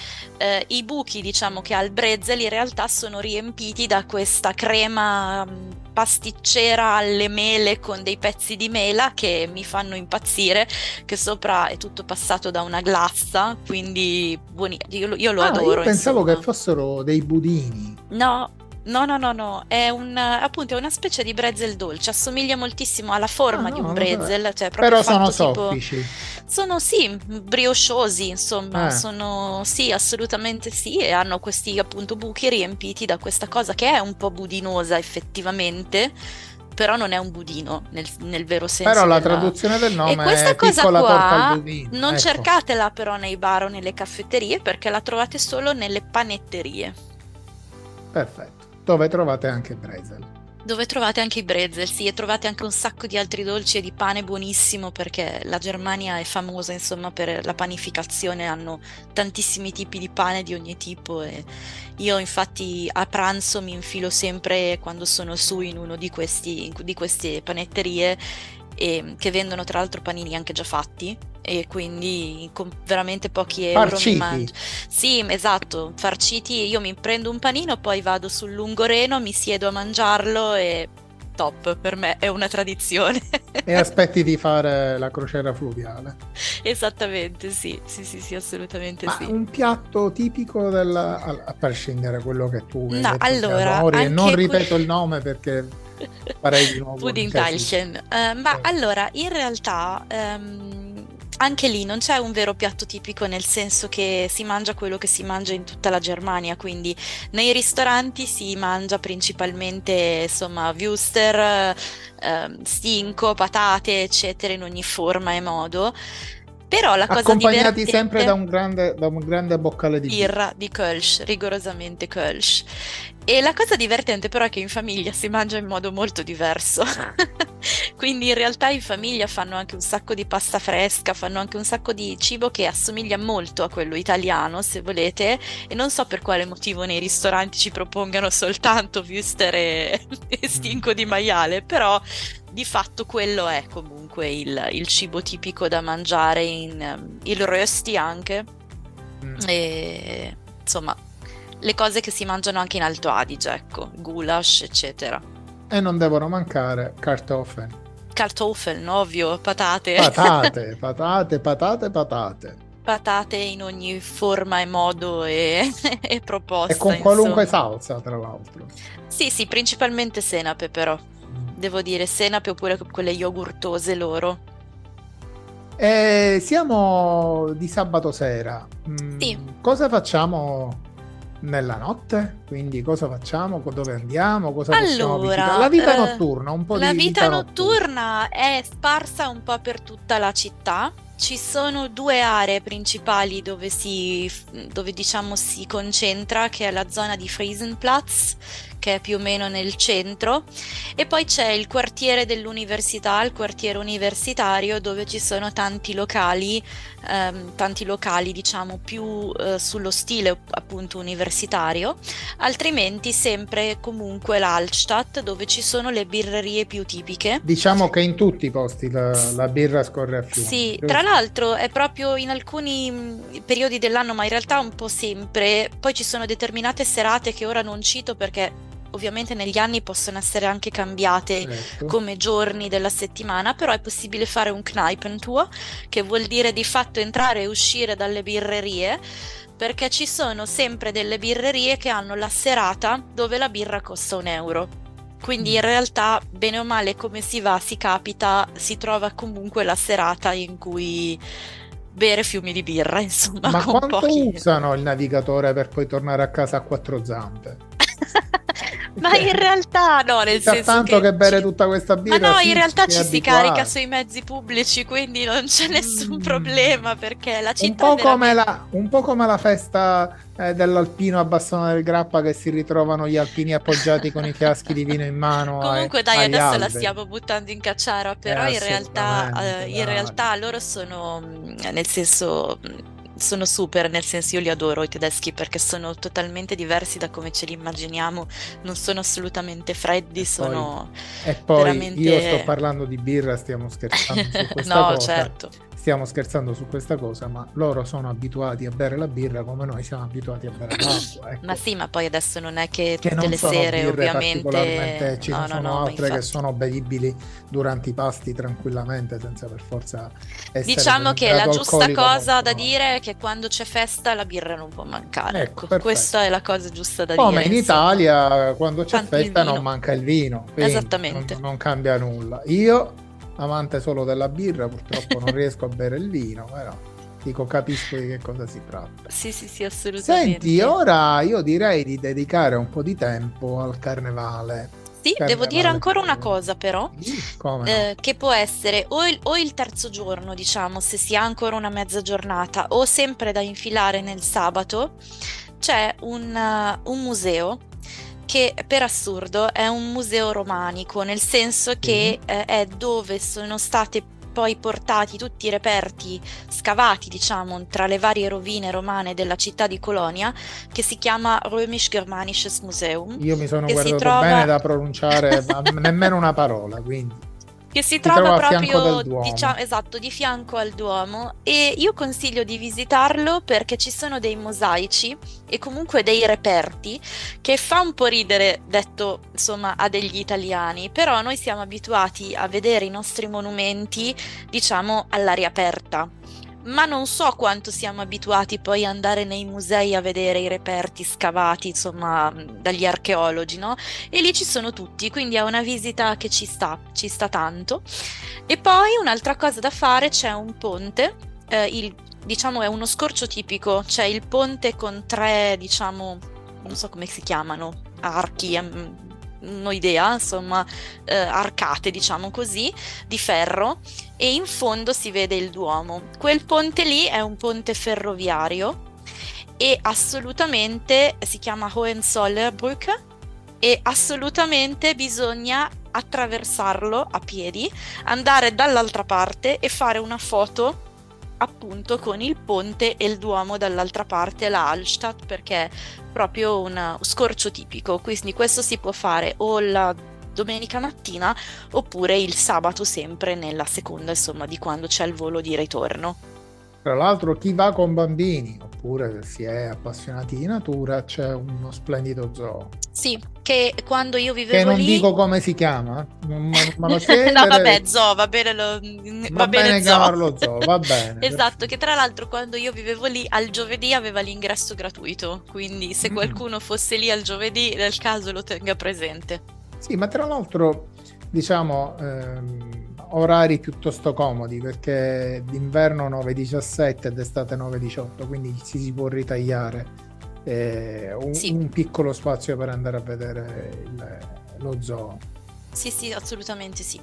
[SPEAKER 3] I buchi, diciamo, che ha il brezel in realtà sono riempiti da questa crema pasticcera alle mele con dei pezzi di mela che mi fanno impazzire, che sopra è tutto passato da una glassa, quindi io lo
[SPEAKER 2] Ah, io
[SPEAKER 3] adoro,
[SPEAKER 2] pensavo che
[SPEAKER 3] insomma.
[SPEAKER 2] fossero dei budini.
[SPEAKER 3] No, no, no, no, no, è appunto è una specie di brezel dolce, assomiglia moltissimo alla
[SPEAKER 2] Ah,
[SPEAKER 3] forma di
[SPEAKER 2] no,
[SPEAKER 3] un
[SPEAKER 2] non lo sapevo.
[SPEAKER 3] brezel, cioè è proprio
[SPEAKER 2] Però sono
[SPEAKER 3] fatto tipo.
[SPEAKER 2] soffici.
[SPEAKER 3] Sono sì, briochosi, insomma,
[SPEAKER 2] Eh.
[SPEAKER 3] sono sì, assolutamente sì, e hanno questi appunto buchi riempiti da questa cosa che è un po' budinosa effettivamente, però non è un budino nel vero
[SPEAKER 2] Però
[SPEAKER 3] senso
[SPEAKER 2] la
[SPEAKER 3] della.
[SPEAKER 2] traduzione del
[SPEAKER 3] E
[SPEAKER 2] nome
[SPEAKER 3] questa
[SPEAKER 2] è
[SPEAKER 3] cosa
[SPEAKER 2] piccola torta al
[SPEAKER 3] qua
[SPEAKER 2] budino.
[SPEAKER 3] non
[SPEAKER 2] Ecco,
[SPEAKER 3] cercatela però nei bar o nelle caffetterie perché la trovate solo nelle panetterie,
[SPEAKER 2] perfetto. Dove trovate anche Bresel.
[SPEAKER 3] dove trovate anche i brezel, sì, e trovate anche un sacco di altri dolci e di pane buonissimo perché la Germania è famosa, insomma, per la panificazione, hanno tantissimi tipi di pane di ogni tipo e io infatti a pranzo mi infilo sempre quando sono su in uno di queste panetterie che vendono tra l'altro panini anche già fatti e quindi con veramente pochi euro mi
[SPEAKER 2] Farciti.
[SPEAKER 3] mangio. Sì, esatto, farciti, io mi prendo un panino, poi vado sul Lungoreno, mi siedo a mangiarlo e top, per me è una tradizione.
[SPEAKER 2] E aspetti di fare la crociera fluviale.
[SPEAKER 3] Esattamente, sì, sì, sì, sì, assolutamente
[SPEAKER 2] Ma
[SPEAKER 3] sì.
[SPEAKER 2] un piatto tipico a prescindere quello che tu hai
[SPEAKER 3] No,
[SPEAKER 2] detto che
[SPEAKER 3] allora,
[SPEAKER 2] adori, e non
[SPEAKER 3] anche
[SPEAKER 2] ripeto il nome perché farei di nuovo un casino.
[SPEAKER 3] Puddingteilchen. Ma allora, in realtà, anche lì non c'è un vero piatto tipico, nel senso che si mangia quello che si mangia in tutta la Germania, quindi nei ristoranti si mangia principalmente, insomma, Würster, stinco, patate, eccetera, in ogni forma e modo. Però la cosa
[SPEAKER 2] Accompagnati sempre
[SPEAKER 3] divertente.
[SPEAKER 2] da un grande boccale di birra.
[SPEAKER 3] Birra di Kölsch, rigorosamente Kölsch. E la cosa divertente però è che in famiglia si mangia in modo molto diverso. Quindi in realtà in famiglia fanno anche un sacco di pasta fresca, fanno anche un sacco di cibo che assomiglia molto a quello italiano, se volete, e non so per quale motivo nei ristoranti ci propongano soltanto würstel e stinco di maiale, però di fatto quello è comunque il cibo tipico da mangiare il rösti anche.
[SPEAKER 2] Mm.
[SPEAKER 3] e insomma le cose che si mangiano anche in Alto Adige, ecco, goulash, eccetera.
[SPEAKER 2] E non devono mancare Kartoffeln.
[SPEAKER 3] Kartoffeln, ovvio, patate.
[SPEAKER 2] Patate, patate, patate, patate.
[SPEAKER 3] Patate in ogni forma e modo e, e
[SPEAKER 2] E
[SPEAKER 3] proposta,
[SPEAKER 2] con qualunque
[SPEAKER 3] insomma.
[SPEAKER 2] salsa, tra l'altro.
[SPEAKER 3] Sì, sì, principalmente senape però. Devo dire senape oppure quelle yogurtose loro.
[SPEAKER 2] E siamo di sabato sera.
[SPEAKER 3] Sì,
[SPEAKER 2] Cosa facciamo nella notte? Quindi cosa facciamo? Dove andiamo? Cosa possiamo visitare? La
[SPEAKER 3] allora,
[SPEAKER 2] vita notturna, un po'
[SPEAKER 3] la
[SPEAKER 2] di
[SPEAKER 3] vita
[SPEAKER 2] vita notturna.
[SPEAKER 3] notturna è sparsa un po' per tutta la città. Ci sono due aree principali dove diciamo si concentra, che è la zona di Friesenplatz, che è più o meno nel centro, e poi c'è il quartiere dell'università, il quartiere universitario, dove ci sono tanti locali, diciamo, più sullo stile appunto universitario. Altrimenti sempre e comunque l'Altstadt, dove ci sono le birrerie più tipiche.
[SPEAKER 2] Diciamo che in tutti i posti la birra scorre a fiume,
[SPEAKER 3] Sì, tra
[SPEAKER 2] giusto?
[SPEAKER 3] l'altro è proprio in alcuni periodi dell'anno, ma in realtà un po' sempre. Poi ci sono determinate serate che ora non cito perché ovviamente negli anni possono essere anche cambiate
[SPEAKER 2] Certo.
[SPEAKER 3] come giorni della settimana, però è possibile fare un Kneipentour, che vuol dire di fatto entrare e uscire dalle birrerie, perché ci sono sempre delle birrerie che hanno la serata dove la birra costa €1. Quindi in realtà, bene o male, come si va, si capita, si trova comunque la serata in cui bere fiumi di birra, insomma,
[SPEAKER 2] Ma
[SPEAKER 3] con
[SPEAKER 2] quanto
[SPEAKER 3] pochi.
[SPEAKER 2] usano il navigatore per poi tornare a casa a quattro zampe?
[SPEAKER 3] Ma in realtà no, nel
[SPEAKER 2] C'ha
[SPEAKER 3] senso
[SPEAKER 2] tanto
[SPEAKER 3] che
[SPEAKER 2] che bere tutta questa
[SPEAKER 3] ma
[SPEAKER 2] birra,
[SPEAKER 3] no, in
[SPEAKER 2] sì, ci
[SPEAKER 3] realtà
[SPEAKER 2] si è
[SPEAKER 3] ci si carica
[SPEAKER 2] abituato.
[SPEAKER 3] sui mezzi pubblici, quindi non c'è nessun
[SPEAKER 2] Mm.
[SPEAKER 3] problema perché la
[SPEAKER 2] Un
[SPEAKER 3] città è
[SPEAKER 2] po' come
[SPEAKER 3] veramente.
[SPEAKER 2] un po' come la festa dell'Alpino a Bassano del Grappa, che si ritrovano gli alpini appoggiati con i fiaschi di vino in mano
[SPEAKER 3] Comunque dai,
[SPEAKER 2] agli
[SPEAKER 3] adesso la
[SPEAKER 2] alberi.
[SPEAKER 3] stiamo buttando in cacciara, però
[SPEAKER 2] Assolutamente,
[SPEAKER 3] in
[SPEAKER 2] dai.
[SPEAKER 3] realtà loro sono, nel senso, sono super, nel senso io li adoro i tedeschi perché sono totalmente diversi da come ce li immaginiamo, non sono assolutamente freddi,
[SPEAKER 2] E poi,
[SPEAKER 3] sono
[SPEAKER 2] e poi io sto
[SPEAKER 3] veramente.
[SPEAKER 2] parlando di birra, stiamo scherzando su questa
[SPEAKER 3] No,
[SPEAKER 2] cosa.
[SPEAKER 3] certo.
[SPEAKER 2] Stiamo scherzando su questa cosa, ma loro sono abituati a bere la birra come noi siamo abituati a bere l'acqua,
[SPEAKER 3] Ma
[SPEAKER 2] ecco.
[SPEAKER 3] sì, ma poi adesso non è che
[SPEAKER 2] Che
[SPEAKER 3] tutte
[SPEAKER 2] non
[SPEAKER 3] le
[SPEAKER 2] sono
[SPEAKER 3] sere,
[SPEAKER 2] birre particolarmente,
[SPEAKER 3] ovviamente.
[SPEAKER 2] ce
[SPEAKER 3] No,
[SPEAKER 2] ne
[SPEAKER 3] no,
[SPEAKER 2] sono
[SPEAKER 3] no, ma
[SPEAKER 2] altre che
[SPEAKER 3] infatti.
[SPEAKER 2] sono bevibili durante i pasti tranquillamente, senza per forza essere di
[SPEAKER 3] Diciamo
[SPEAKER 2] un
[SPEAKER 3] che la
[SPEAKER 2] grado
[SPEAKER 3] giusta
[SPEAKER 2] alcolico
[SPEAKER 3] cosa
[SPEAKER 2] molto
[SPEAKER 3] da
[SPEAKER 2] alto.
[SPEAKER 3] dire è che quando c'è festa la birra non può mancare.
[SPEAKER 2] Ecco,
[SPEAKER 3] Ecco, questa
[SPEAKER 2] perfetto.
[SPEAKER 3] è la cosa giusta da
[SPEAKER 2] Come
[SPEAKER 3] dire,
[SPEAKER 2] in
[SPEAKER 3] insomma.
[SPEAKER 2] Italia, quando c'è
[SPEAKER 3] Tanto il
[SPEAKER 2] festa non
[SPEAKER 3] vino.
[SPEAKER 2] manca il vino, quindi
[SPEAKER 3] Esattamente.
[SPEAKER 2] non cambia nulla. Io, amante solo della birra, purtroppo non riesco a bere il vino, però dico, capisco di che cosa si tratta.
[SPEAKER 3] Sì, sì, sì,
[SPEAKER 2] Senti,
[SPEAKER 3] assolutamente.
[SPEAKER 2] ora io direi di dedicare un po' di tempo al carnevale.
[SPEAKER 3] Sì, devo dire
[SPEAKER 2] Carnevale.
[SPEAKER 3] ancora una cosa però,
[SPEAKER 2] Sì, come no?
[SPEAKER 3] che può essere o il terzo giorno, diciamo, se si ha ancora una mezza giornata, o sempre da infilare nel sabato, c'è un museo che per assurdo è un museo romanico, nel senso
[SPEAKER 2] Sì.
[SPEAKER 3] che è dove sono state poi portati tutti i reperti scavati, diciamo, tra le varie rovine romane della città di Colonia, che si chiama Römisch-Germanisches Museum,
[SPEAKER 2] Io mi sono
[SPEAKER 3] che si
[SPEAKER 2] guardato bene
[SPEAKER 3] trova
[SPEAKER 2] da pronunciare nemmeno una parola, quindi
[SPEAKER 3] che si
[SPEAKER 2] si
[SPEAKER 3] trova
[SPEAKER 2] trova a fianco del
[SPEAKER 3] proprio,
[SPEAKER 2] Duomo.
[SPEAKER 3] diciamo, esatto, di fianco al Duomo, e io consiglio di visitarlo perché ci sono dei mosaici e comunque dei reperti che fa un po' ridere, detto insomma a degli italiani, però noi siamo abituati a vedere i nostri monumenti, diciamo, all'aria aperta. Ma non so quanto siamo abituati poi ad andare nei musei a vedere i reperti scavati, insomma, dagli archeologi, no? E lì ci sono tutti, quindi è una visita che ci sta tanto. E poi un'altra cosa da fare, c'è un ponte, diciamo è uno scorcio tipico, c'è il ponte con tre, diciamo, non so come si chiamano, archi, non ho idea, insomma, arcate, diciamo così, di ferro, e in fondo si vede il Duomo. Quel ponte lì è un ponte ferroviario e assolutamente si chiama Hohenzollernbrücke e assolutamente bisogna attraversarlo a piedi, andare dall'altra parte e fare una foto appunto con il ponte e il Duomo dall'altra parte, la Hallstatt, perché è proprio un scorcio tipico, quindi questo si può fare o la domenica mattina oppure il sabato sempre nella seconda, insomma, di quando c'è il volo di ritorno.
[SPEAKER 2] Tra l'altro, chi va con bambini oppure si è appassionati di natura, c'è uno splendido zoo.
[SPEAKER 3] Sì, che quando io
[SPEAKER 2] Che
[SPEAKER 3] vivevo
[SPEAKER 2] non
[SPEAKER 3] lì.
[SPEAKER 2] dico come si chiama, non me lo
[SPEAKER 3] No, vabbè,
[SPEAKER 2] chiedere,
[SPEAKER 3] zoo, va bene,
[SPEAKER 2] va
[SPEAKER 3] va bene
[SPEAKER 2] bene
[SPEAKER 3] zoo.
[SPEAKER 2] chiamarlo zoo, va bene,
[SPEAKER 3] Esatto,
[SPEAKER 2] perfetto.
[SPEAKER 3] che tra l'altro quando io vivevo lì al giovedì aveva l'ingresso gratuito, quindi se
[SPEAKER 2] Mm.
[SPEAKER 3] qualcuno fosse lì al giovedì, nel caso lo tenga presente.
[SPEAKER 2] Sì, ma tra l'altro, diciamo, orari piuttosto comodi perché d'inverno 9-17 e d'estate 9-18, quindi si può ritagliare
[SPEAKER 3] Sì,
[SPEAKER 2] un piccolo spazio per andare a vedere lo zoo.
[SPEAKER 3] sì, sì, assolutamente sì.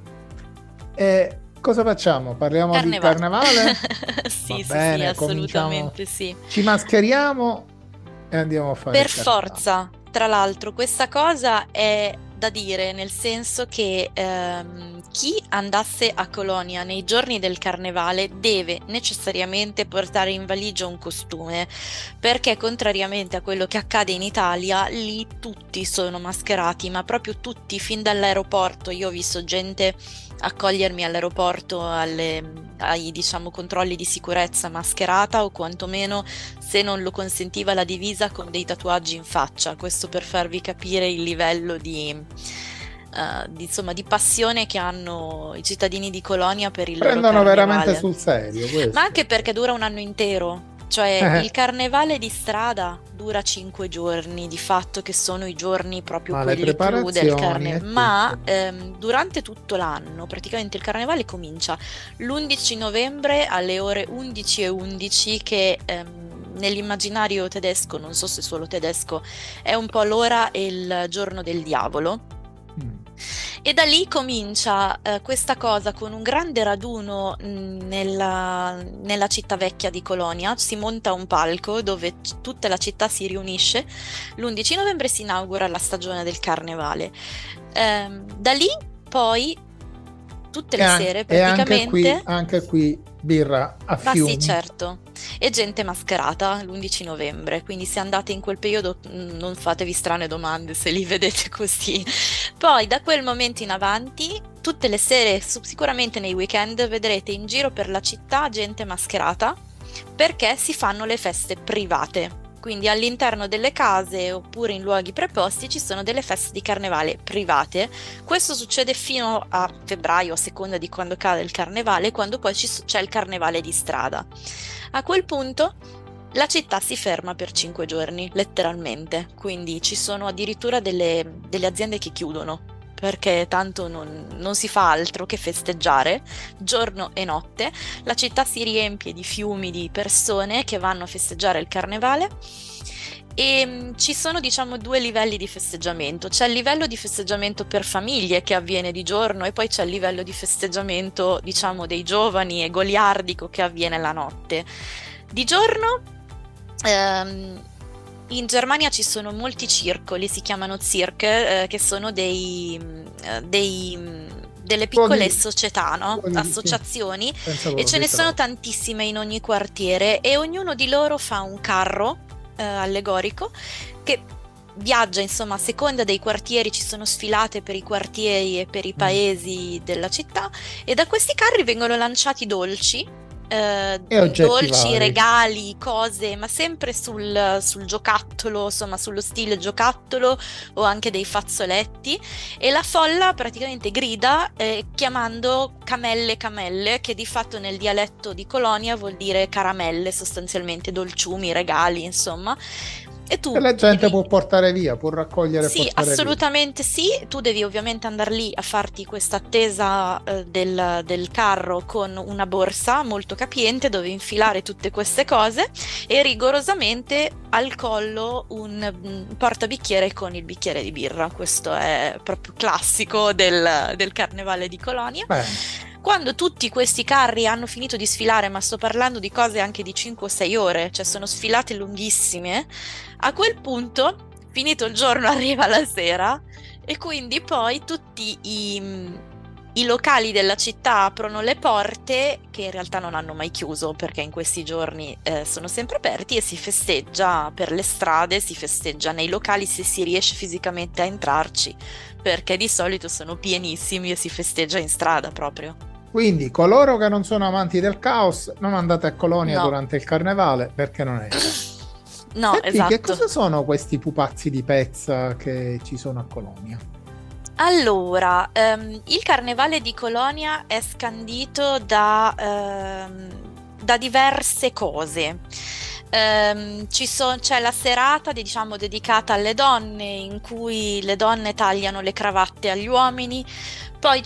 [SPEAKER 2] E cosa facciamo? Parliamo di
[SPEAKER 3] Carnevale.
[SPEAKER 2] carnevale? Va
[SPEAKER 3] Sì, sì, sì,
[SPEAKER 2] bene, cominciamo.
[SPEAKER 3] assolutamente sì.
[SPEAKER 2] Ci mascheriamo e andiamo a fare
[SPEAKER 3] Per
[SPEAKER 2] il carnevale.
[SPEAKER 3] forza, tra l'altro, questa cosa è da dire, nel senso che chi andasse a Colonia nei giorni del carnevale deve necessariamente portare in valigia un costume, perché contrariamente a quello che accade in Italia, lì tutti sono mascherati, ma proprio tutti, fin dall'aeroporto. Io ho visto gente accogliermi all'aeroporto ai diciamo controlli di sicurezza mascherata o quantomeno, se non lo consentiva, la divisa con dei tatuaggi in faccia. Questo per farvi capire il livello insomma, di passione che hanno i cittadini di Colonia per il loro
[SPEAKER 2] Prendono veramente
[SPEAKER 3] carnevale.
[SPEAKER 2] sul serio
[SPEAKER 3] Ma
[SPEAKER 2] questo.
[SPEAKER 3] anche perché dura un anno intero. Cioè, il carnevale di strada dura 5 giorni, di fatto, che sono i giorni proprio
[SPEAKER 2] Ma le
[SPEAKER 3] quelli clou del
[SPEAKER 2] preparazioni
[SPEAKER 3] carnevale.
[SPEAKER 2] e
[SPEAKER 3] Ma
[SPEAKER 2] tutto.
[SPEAKER 3] durante tutto l'anno, praticamente il carnevale comincia l'11 novembre alle ore 11:11, che nell'immaginario tedesco, non so se solo tedesco, è un po' l'ora e il giorno del diavolo.
[SPEAKER 2] Mm.
[SPEAKER 3] E da lì comincia questa cosa con un grande raduno nella città vecchia di Colonia. Si monta un palco dove tutta la città si riunisce. L'11 novembre si inaugura la stagione del carnevale. Da lì poi tutte le sere
[SPEAKER 2] E
[SPEAKER 3] praticamente.
[SPEAKER 2] anche qui birra a
[SPEAKER 3] Ma sì,
[SPEAKER 2] fiumi.
[SPEAKER 3] certo. E gente mascherata l'11 novembre, quindi se andate in quel periodo non fatevi strane domande se li vedete così. Poi da quel momento in avanti, tutte le sere, sicuramente nei weekend, vedrete in giro per la città gente mascherata perché si fanno le feste private. Quindi all'interno delle case oppure in luoghi preposti ci sono delle feste di carnevale private. Questo succede fino a febbraio, a seconda di quando cade il carnevale, quando poi c'è il carnevale di strada. A quel punto la città si ferma per 5 giorni, letteralmente, quindi ci sono addirittura delle aziende che chiudono, perché tanto non si fa altro che festeggiare giorno e notte. La città si riempie di fiumi di persone che vanno a festeggiare il carnevale. E ci sono, diciamo, due livelli di festeggiamento. C'è il livello di festeggiamento per famiglie che avviene di giorno e poi c'è il livello di festeggiamento, diciamo, dei giovani e goliardico che avviene la notte. Di giorno, in Germania ci sono molti circoli, si chiamano Zirkel, che sono delle piccole
[SPEAKER 2] Luoghi,
[SPEAKER 3] società, no?
[SPEAKER 2] sì,
[SPEAKER 3] Associazioni,
[SPEAKER 2] pensavo
[SPEAKER 3] e ce ne sono
[SPEAKER 2] ritrovo.
[SPEAKER 3] tantissime in ogni quartiere e ognuno di loro fa un carro allegorico che viaggia, insomma, a seconda dei quartieri. Ci sono sfilate per i quartieri e per i
[SPEAKER 2] Mm.
[SPEAKER 3] paesi della città e da questi carri vengono lanciati dolci.
[SPEAKER 2] E oggetti
[SPEAKER 3] Dolci,
[SPEAKER 2] vari.
[SPEAKER 3] regali, cose, ma sempre sul giocattolo, insomma, sullo stile giocattolo o anche dei fazzoletti. E la folla praticamente grida chiamando camelle camelle, che di fatto nel dialetto di Colonia vuol dire caramelle, sostanzialmente dolciumi, regali, insomma. E
[SPEAKER 2] E
[SPEAKER 3] tu
[SPEAKER 2] la gente
[SPEAKER 3] devi.
[SPEAKER 2] può portare via, può raccogliere e
[SPEAKER 3] Sì,
[SPEAKER 2] portare via.
[SPEAKER 3] assolutamente sì. Tu devi ovviamente andare lì a farti questa attesa del carro con una borsa molto capiente dove infilare tutte queste cose e rigorosamente al collo un portabicchiere con il bicchiere di birra. Questo è proprio classico del Carnevale di Colonia.
[SPEAKER 2] Bene.
[SPEAKER 3] Quando tutti questi carri hanno finito di sfilare, ma sto parlando di cose anche di 5 o 6 ore, cioè sono sfilate lunghissime, a quel punto, finito il giorno, arriva la sera e quindi poi tutti i locali della città aprono le porte, che in realtà non hanno mai chiuso perché in questi giorni sono sempre aperti, e si festeggia per le strade, si festeggia nei locali se si riesce fisicamente a entrarci, perché di solito sono pienissimi e si festeggia in strada proprio.
[SPEAKER 2] Quindi coloro che non sono amanti del caos, non andate a Colonia
[SPEAKER 3] No.
[SPEAKER 2] durante il carnevale perché non è.
[SPEAKER 3] No,
[SPEAKER 2] Senti, che
[SPEAKER 3] esatto.
[SPEAKER 2] cosa sono questi pupazzi di pezza che ci sono a Colonia?
[SPEAKER 3] Allora, il Carnevale di Colonia è scandito da diverse cose. C'è la serata, diciamo, dedicata alle donne, in cui le donne tagliano le cravatte agli uomini. Poi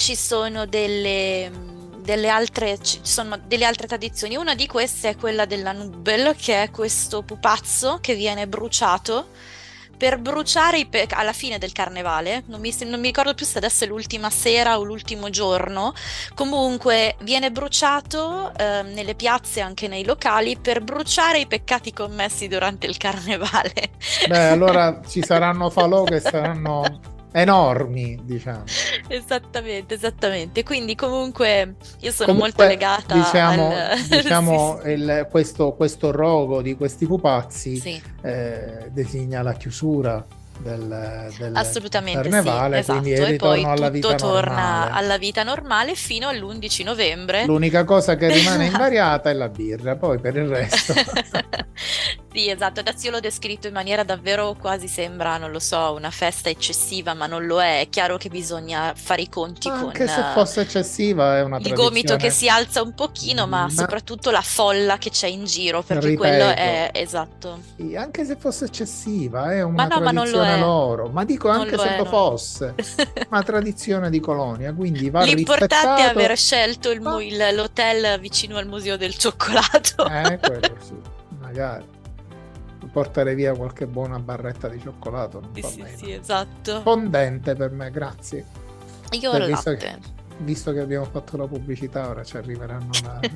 [SPEAKER 3] ci sono delle altre tradizioni. Una di queste è quella della Nubbel, che è questo pupazzo che viene bruciato per bruciare alla fine del carnevale. Non mi ricordo più se adesso è l'ultima sera o l'ultimo giorno. Comunque viene bruciato nelle piazze e anche nei locali per bruciare i peccati commessi durante il carnevale.
[SPEAKER 2] Beh, allora ci saranno falò che saranno enormi, diciamo.
[SPEAKER 3] Esattamente. Quindi comunque io sono molto
[SPEAKER 2] Comunque,
[SPEAKER 3] legata
[SPEAKER 2] diciamo
[SPEAKER 3] Sì,
[SPEAKER 2] questo rogo di questi pupazzi
[SPEAKER 3] sì.
[SPEAKER 2] designa la chiusura del
[SPEAKER 3] Assolutamente sì,
[SPEAKER 2] carnevale,
[SPEAKER 3] esatto.
[SPEAKER 2] quindi il
[SPEAKER 3] E poi
[SPEAKER 2] ritorno alla
[SPEAKER 3] tutto
[SPEAKER 2] vita
[SPEAKER 3] torna
[SPEAKER 2] normale.
[SPEAKER 3] alla vita normale fino all'11 novembre.
[SPEAKER 2] L'unica cosa che rimane invariata è la birra, poi per il resto.
[SPEAKER 3] Sì, esatto. Adesso io l'ho descritto in maniera davvero quasi sembra, non lo so, una festa eccessiva, ma non lo è. È chiaro che bisogna fare i conti
[SPEAKER 2] Anche
[SPEAKER 3] con
[SPEAKER 2] se fosse eccessiva, è una
[SPEAKER 3] il gomito che
[SPEAKER 2] tradizione.
[SPEAKER 3] si alza un pochino, ma soprattutto la folla che c'è in giro, perché quello
[SPEAKER 2] Ripeto,
[SPEAKER 3] è esatto.
[SPEAKER 2] sì, anche se fosse eccessiva, è
[SPEAKER 3] Ma
[SPEAKER 2] una
[SPEAKER 3] no, ma non lo
[SPEAKER 2] tradizione
[SPEAKER 3] è.
[SPEAKER 2] loro. Ma dico
[SPEAKER 3] Non
[SPEAKER 2] anche
[SPEAKER 3] lo
[SPEAKER 2] se
[SPEAKER 3] è,
[SPEAKER 2] lo
[SPEAKER 3] no.
[SPEAKER 2] fosse, una tradizione di Colonia, quindi va
[SPEAKER 3] L'importante è
[SPEAKER 2] rispettato.
[SPEAKER 3] aver scelto l'hotel vicino al Museo del Cioccolato.
[SPEAKER 2] Quello sì, magari portare via qualche buona barretta di cioccolato non fa
[SPEAKER 3] Sì,
[SPEAKER 2] meno.
[SPEAKER 3] sì, esatto.
[SPEAKER 2] Fondente per me, grazie.
[SPEAKER 3] Io
[SPEAKER 2] Beh,
[SPEAKER 3] il
[SPEAKER 2] visto
[SPEAKER 3] latte.
[SPEAKER 2] visto che abbiamo fatto la pubblicità, ora ci arriveranno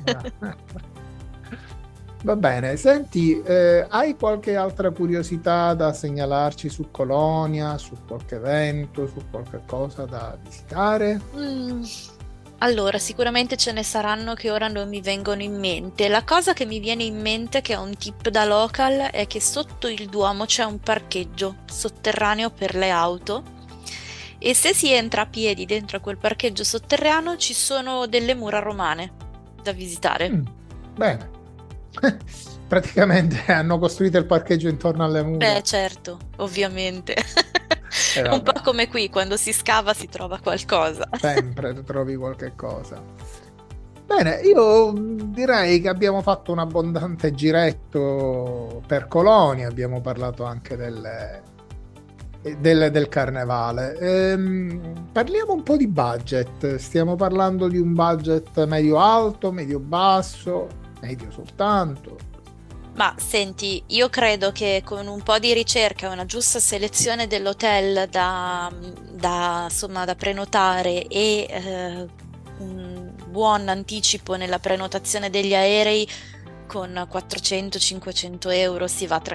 [SPEAKER 2] Va bene, senti, hai qualche altra curiosità da segnalarci su Colonia, su qualche evento, su qualche cosa da visitare?
[SPEAKER 3] Allora, sicuramente ce ne saranno che ora non mi vengono in mente. La cosa che mi viene in mente, che è un tip da local, è che sotto il Duomo c'è un parcheggio sotterraneo per le auto e se si entra a piedi dentro a quel parcheggio sotterraneo ci sono delle mura romane da visitare.
[SPEAKER 2] Bene. Praticamente hanno costruito il parcheggio intorno alle mura.
[SPEAKER 3] Beh, certo, ovviamente. Un
[SPEAKER 2] vabbè.
[SPEAKER 3] po' come qui, quando si scava si trova qualcosa.
[SPEAKER 2] Sempre trovi qualche cosa. Bene, io direi che abbiamo fatto un abbondante giretto per Colonia, abbiamo parlato anche del carnevale. Parliamo un po' di budget. Stiamo parlando di un budget medio-alto, medio-basso, medio soltanto.
[SPEAKER 3] Ma senti, io credo che con un po' di ricerca e una giusta selezione dell'hotel insomma, da prenotare e un buon anticipo nella prenotazione degli aerei, con 400-500 euro si va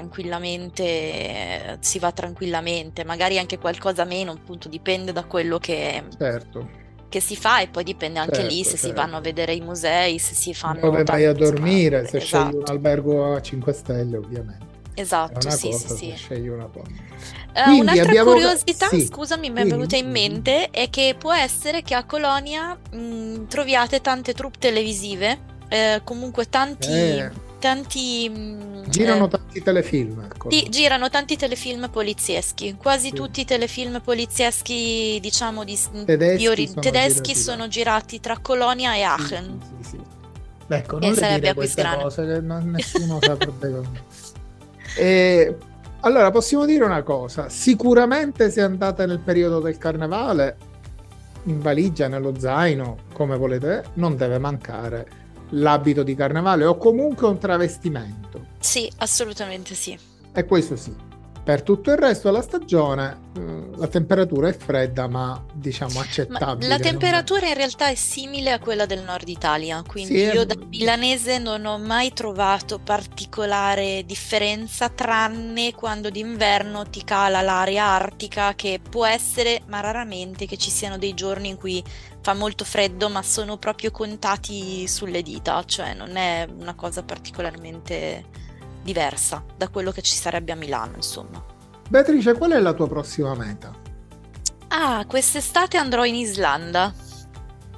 [SPEAKER 3] tranquillamente, magari anche qualcosa meno, appunto dipende da quello che si fa e poi dipende anche lì se si vanno a vedere i musei, se si fanno
[SPEAKER 2] dove vai a dormire, se
[SPEAKER 3] esatto.
[SPEAKER 2] scegli un albergo a 5 stelle ovviamente.
[SPEAKER 3] Esatto,
[SPEAKER 2] è una
[SPEAKER 3] sì,
[SPEAKER 2] cosa,
[SPEAKER 3] sì.
[SPEAKER 2] Se scegli una cosa.
[SPEAKER 3] Un'altra curiosità,
[SPEAKER 2] sì.
[SPEAKER 3] scusami, mi è venuta in mente, è che può essere che a Colonia troviate tante troupe televisive, comunque tanti
[SPEAKER 2] girano tanti telefilm, ecco.
[SPEAKER 3] girano tanti telefilm polizieschi, quasi tutti i telefilm polizieschi, diciamo, tedeschi sono girati tra Colonia e Aachen.
[SPEAKER 2] Sì. Ecco, non le dire queste cose che nessuno saprebbe come. Allora, possiamo dire una cosa: sicuramente se andate nel periodo del carnevale, in valigia, nello zaino, come volete, non deve mancare l'abito di carnevale o comunque un travestimento.
[SPEAKER 3] Sì, assolutamente sì.
[SPEAKER 2] E questo sì. Per tutto il resto della stagione la temperatura è fredda, ma diciamo accettabile.
[SPEAKER 3] La temperatura in realtà è simile a quella del nord Italia, quindi io da milanese non ho mai trovato particolare differenza, tranne quando d'inverno ti cala l'aria artica, che può essere, ma raramente, che ci siano dei giorni in cui fa molto freddo, ma sono proprio contati sulle dita, cioè non è una cosa particolarmente diversa da quello che ci sarebbe a Milano, insomma.
[SPEAKER 2] Beatrice, qual è la tua prossima meta?
[SPEAKER 3] Quest'estate andrò in Islanda.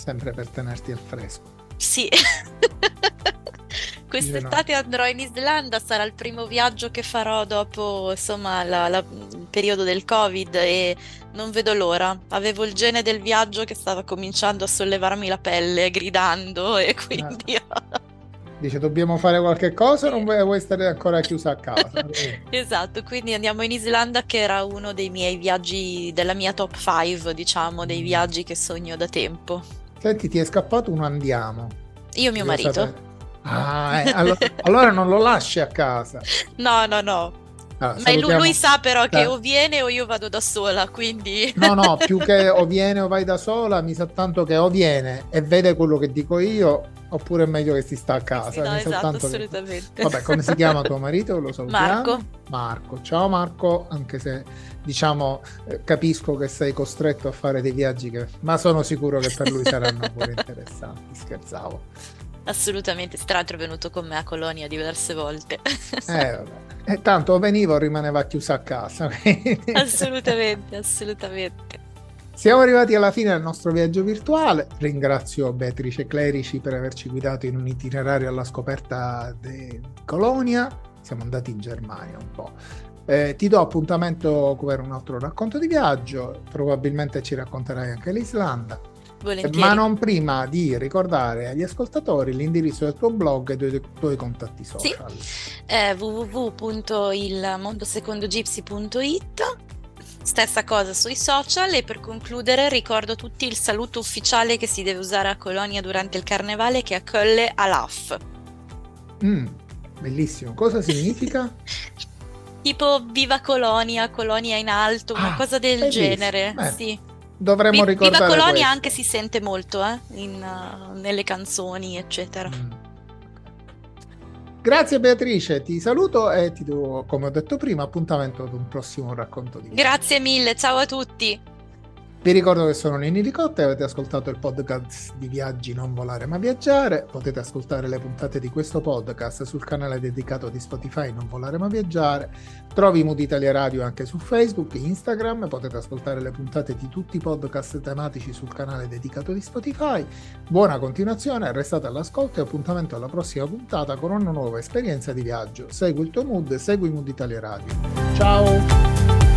[SPEAKER 2] Sempre per tenerti al fresco.
[SPEAKER 3] Sì. Quest'estate andrò in Islanda, sarà il primo viaggio che farò dopo, insomma, il periodo del Covid e non vedo l'ora. Avevo il gene del viaggio che stava cominciando a sollevarmi la pelle gridando e quindi...
[SPEAKER 2] Dice, dobbiamo fare qualche cosa o non vuoi stare ancora chiusa a casa?
[SPEAKER 3] Esatto, quindi andiamo in Islanda, che era uno dei miei viaggi, della mia top 5, diciamo, dei viaggi che sogno da tempo.
[SPEAKER 2] Senti, ti è scappato un andiamo.
[SPEAKER 3] Io e mio marito.
[SPEAKER 2] Allora non lo lasci a casa.
[SPEAKER 3] No.
[SPEAKER 2] Allora,
[SPEAKER 3] ma lui sa però che o viene o io vado da sola, quindi...
[SPEAKER 2] No, più che o viene o vai da sola, mi sa tanto che o viene e vede quello che dico io, oppure è meglio che si sta a casa.
[SPEAKER 3] Sì, no, esatto, assolutamente.
[SPEAKER 2] Vabbè, come si chiama tuo marito? Lo salutiamo.
[SPEAKER 3] Marco.
[SPEAKER 2] Ciao Marco, anche se diciamo capisco che sei costretto a fare dei viaggi ma sono sicuro che per lui saranno pure interessanti, scherzavo.
[SPEAKER 3] Assolutamente, tra l'altro è venuto con me a Colonia diverse volte.
[SPEAKER 2] Vabbè. E tanto o veniva o rimaneva chiusa a casa.
[SPEAKER 3] Assolutamente.
[SPEAKER 2] Siamo arrivati alla fine del nostro viaggio virtuale. Ringrazio Beatrice Clerici per averci guidato in un itinerario alla scoperta di Colonia. Siamo andati in Germania un po'. Ti do appuntamento per un altro racconto di viaggio. Probabilmente ci racconterai anche l'Islanda.
[SPEAKER 3] Volentieri.
[SPEAKER 2] Ma non prima di ricordare agli ascoltatori l'indirizzo del tuo blog e dei tuoi contatti social.
[SPEAKER 3] Sì, www.ilmondosecondogipsy.it. Stessa cosa sui social, e per concludere ricordo a tutti il saluto ufficiale che si deve usare a Colonia durante il carnevale, che è Kölle Alaf.
[SPEAKER 2] Bellissimo, cosa significa?
[SPEAKER 3] Tipo viva Colonia, Colonia in alto, una cosa del genere. Sì.
[SPEAKER 2] Dovremmo ricordare
[SPEAKER 3] Viva Colonia
[SPEAKER 2] questo.
[SPEAKER 3] anche si sente molto nelle canzoni, eccetera.
[SPEAKER 2] Grazie Beatrice, ti saluto e ti do, come ho detto prima, appuntamento ad un prossimo racconto di viaggio.
[SPEAKER 3] Grazie mille, ciao a tutti.
[SPEAKER 2] Vi ricordo che sono Ninni Ricotta e avete ascoltato il podcast di Viaggi Non Volare Ma Viaggiare. Potete ascoltare le puntate di questo podcast sul canale dedicato di Spotify Non Volare Ma Viaggiare. Trovi Mood Italia Radio anche su Facebook e Instagram. Potete ascoltare le puntate di tutti i podcast tematici sul canale dedicato di Spotify. Buona continuazione, restate all'ascolto e appuntamento alla prossima puntata con una nuova esperienza di viaggio. Segui il tuo mood e segui Mood Italia Radio. Ciao!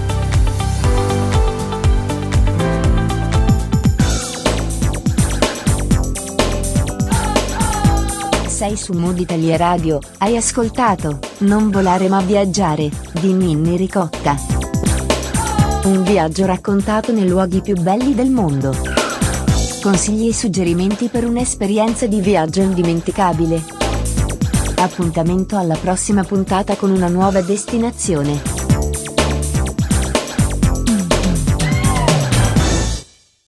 [SPEAKER 1] Sei su Mood Italia Radio, hai ascoltato Non volare ma viaggiare di Ninni Ricotta. Un viaggio raccontato nei luoghi più belli del mondo. Consigli e suggerimenti per un'esperienza di viaggio indimenticabile. Appuntamento alla prossima puntata con una nuova destinazione.